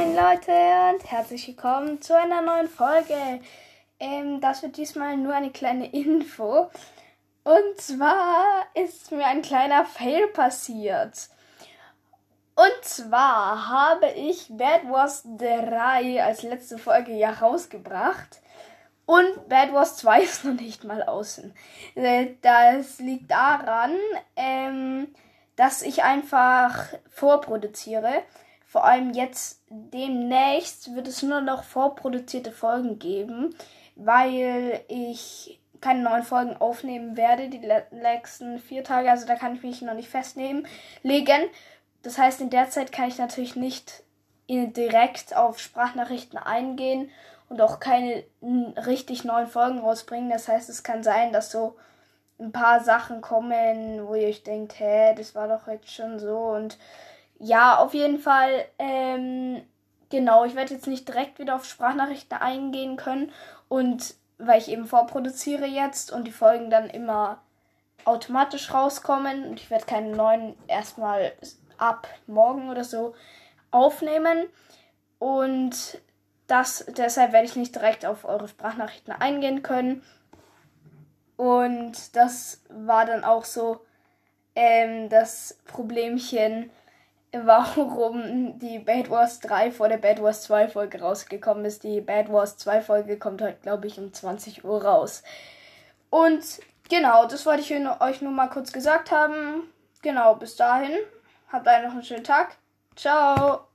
Moin Leute und herzlich willkommen zu einer neuen Folge. Das wird diesmal nur eine kleine Info. Und zwar ist mir ein kleiner Fail passiert. Und zwar habe ich Bed Wars 3 als letzte Folge ja rausgebracht. Und Bed Wars 2 ist noch nicht mal außen. Das liegt daran, dass ich einfach vorproduziere. Vor allem jetzt demnächst wird es nur noch vorproduzierte Folgen geben, weil ich keine neuen Folgen aufnehmen werde, die nächsten 4 Tage. Also da kann ich mich noch nicht festlegen. Das heißt, in der Zeit kann ich natürlich nicht direkt auf Sprachnachrichten eingehen und auch keine richtig neuen Folgen rausbringen. Das heißt, es kann sein, dass so ein paar Sachen kommen, wo ihr euch denkt, das war doch jetzt schon so. Und ja, auf jeden Fall, genau, ich werde jetzt nicht direkt wieder auf Sprachnachrichten eingehen können. Und weil ich eben vorproduziere jetzt und die Folgen dann immer automatisch rauskommen und ich werde keine neuen erstmal ab morgen oder so aufnehmen. Und deshalb werde ich nicht direkt auf eure Sprachnachrichten eingehen können. Und das war dann auch so das Problemchen, warum die Bed Wars 3 vor der Bed Wars 2 Folge rausgekommen ist. Die Bed Wars 2 Folge kommt heute, glaube ich, um 20 Uhr raus. Und genau, das wollte ich euch nur mal kurz gesagt haben. Genau, bis dahin. Habt noch einen schönen Tag. Ciao.